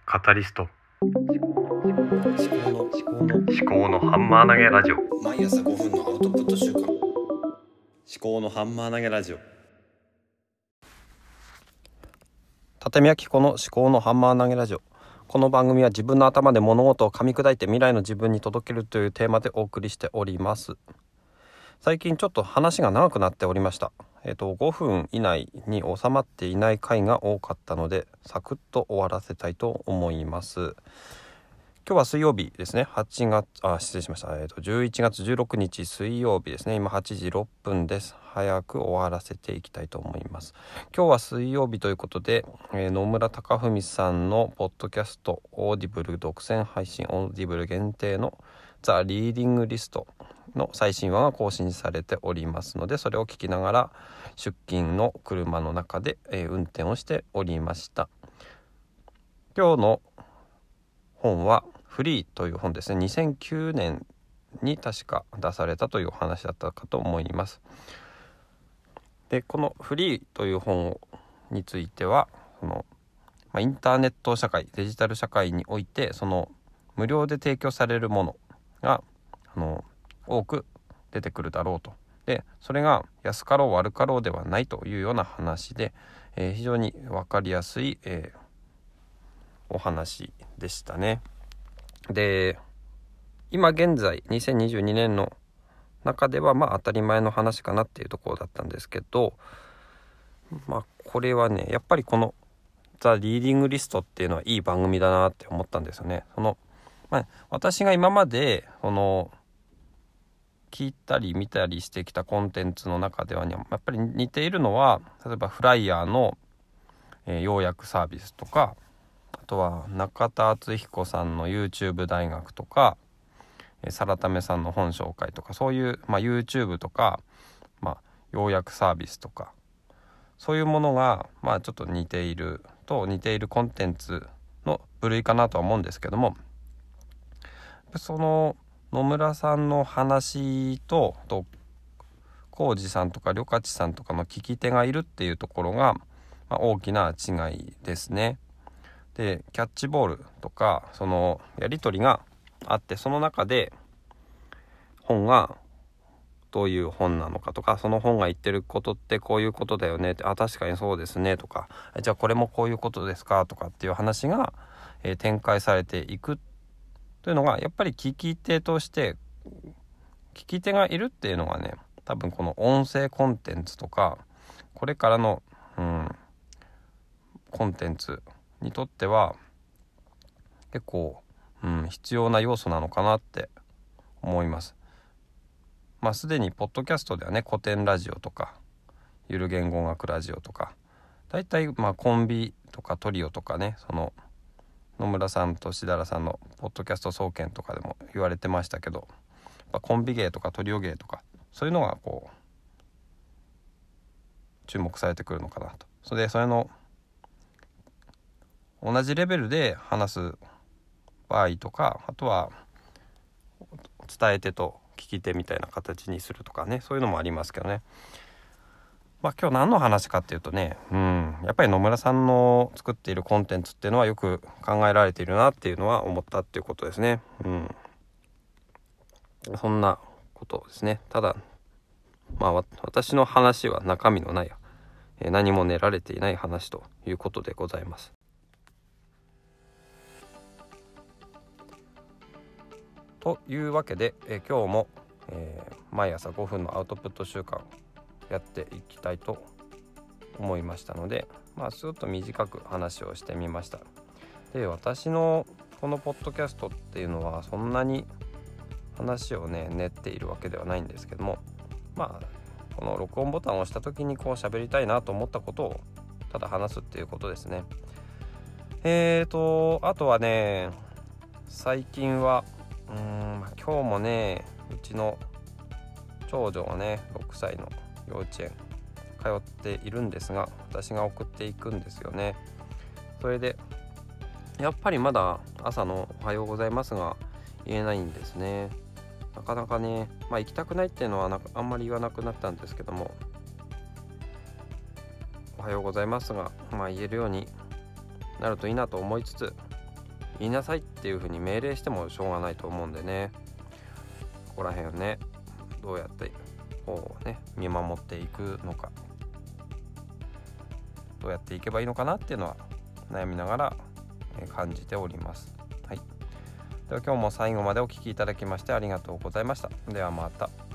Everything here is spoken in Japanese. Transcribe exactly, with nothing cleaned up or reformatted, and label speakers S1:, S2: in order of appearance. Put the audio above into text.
S1: カタリスト
S2: 思考の思考の思考の
S1: 思考のハンマー投げラジオ。
S2: 毎朝ごふんのアウトプット週間、思考のハンマー投げラジオ。
S3: 立見明子の思考のハンマー投げラジオ。この番組は自分の頭で物事を噛み砕いて未来の自分に届けるというテーマでお送りしております。最近ちょっと話が長くなっておりました。えっとごふん以内に収まっていない回が多かったので、サクッと終わらせたいと思います。今日は水曜日ですね。はちがつあ失礼しました、えー、とじゅういちがつじゅうろくにち水曜日ですね。今はちじろっぷんです。早く終わらせていきたいと思います。今日は水曜日ということで、えー、野村貴文さんのポッドキャストオーディブル独占配信、オーディブル限定のザ・リーディングリストの最新話が更新されておりますので、それを聞きながら出勤の車の中で、えー、運転をしておりました。今日の本はフリーという本ですね。にせんきゅうねんに確か出されたというお話だったかと思います。でこのフリーという本については、その、まあ、インターネット社会、デジタル社会において、その無料で提供されるものがあの多く出てくるだろうと。でそれが安かろう悪かろうではないというような話で、えー、非常に分かりやすい、えー、お話でしたね。で今現在にせんにじゅうにねんの中ではまあ当たり前の話かなっていうところだったんですけど、まあこれはねやっぱりこのザ・リーディングリストっていうのはいい番組だなって思ったんですよね。その、まあ、私が今までその聞いたり見たりしてきたコンテンツの中では、ね、やっぱり似ているのは、例えばフライヤーの、えー、要約サービスとか、あとは中田敦彦さんの YouTube 大学とか、サラタメさんの本紹介とか、そういう、まあ、YouTube とか、まあ、要約サービスとか、そういうものが、まあ、ちょっと似ていると似ているコンテンツの部類かなとは思うんですけども、その野村さんの話とと浩二さんとかりょかちさんとかの聞き手がいるっていうところが、まあ、大きな違いですね。でキャッチボールとかそのやり取りがあって、その中で本がどういう本なのかとか、その本が言ってることってこういうことだよねって、あ確かにそうですねとか、じゃあこれもこういうことですかとかっていう話が、えー、展開されていくというのが、やっぱり聞き手として聞き手がいるっていうのがね、多分この音声コンテンツとかこれからの、うん、コンテンツにとっては結構、うん、必要な要素なのかなって思います。まあすでにポッドキャストではね、古典ラジオとかゆる言語学ラジオとか、だいたいまあコンビとかトリオとかね、その野村さんとしだらさんのポッドキャスト総研とかでも言われてましたけど、やっぱコンビ芸とかトリオ芸とかそういうのがこう注目されてくるのかなと。それでそれの同じレベルで話す場合とか、あとは伝え手と聞き手みたいな形にするとかね、そういうのもありますけどね。まあ今日何の話かっていうとね、うん、やっぱり野村さんの作っているコンテンツっていうのはよく考えられているなっていうのは思ったっていうことですね。うん、そんなことですね。ただまあ私の話は中身のない、えー、何も練られていない話ということでございます。というわけで、えー、今日も、えー、毎朝ごふんのアウトプット習慣やっていきたいと思いましたので、まあちょっと短く話をしてみました。で私のこのポッドキャストっていうのはそんなに話をね練っているわけではないんですけども、まあこの録音ボタンを押した時にこう喋りたいなと思ったことをただ話すっていうことですね。えーとあとはね、最近はうーん今日もね、うちの長女がねろくさいの幼稚園通っているんですが、私が送っていくんですよね。それでやっぱりまだ朝のおはようございますが言えないんですね。なかなかね、まあ行きたくないっていうのはなあんまり言わなくなったんですけども、おはようございますが、まあ言えるようになるといいなと思いつつ、 言いなさいっていうふうに命令してもしょうがないと思うんでね、ここら辺をねどうやってこうね見守っていくのか、どうやっていけばいいのかなっていうのは悩みながら感じております。はい、では今日も最後までお聞きいただきましてありがとうございました。ではまた。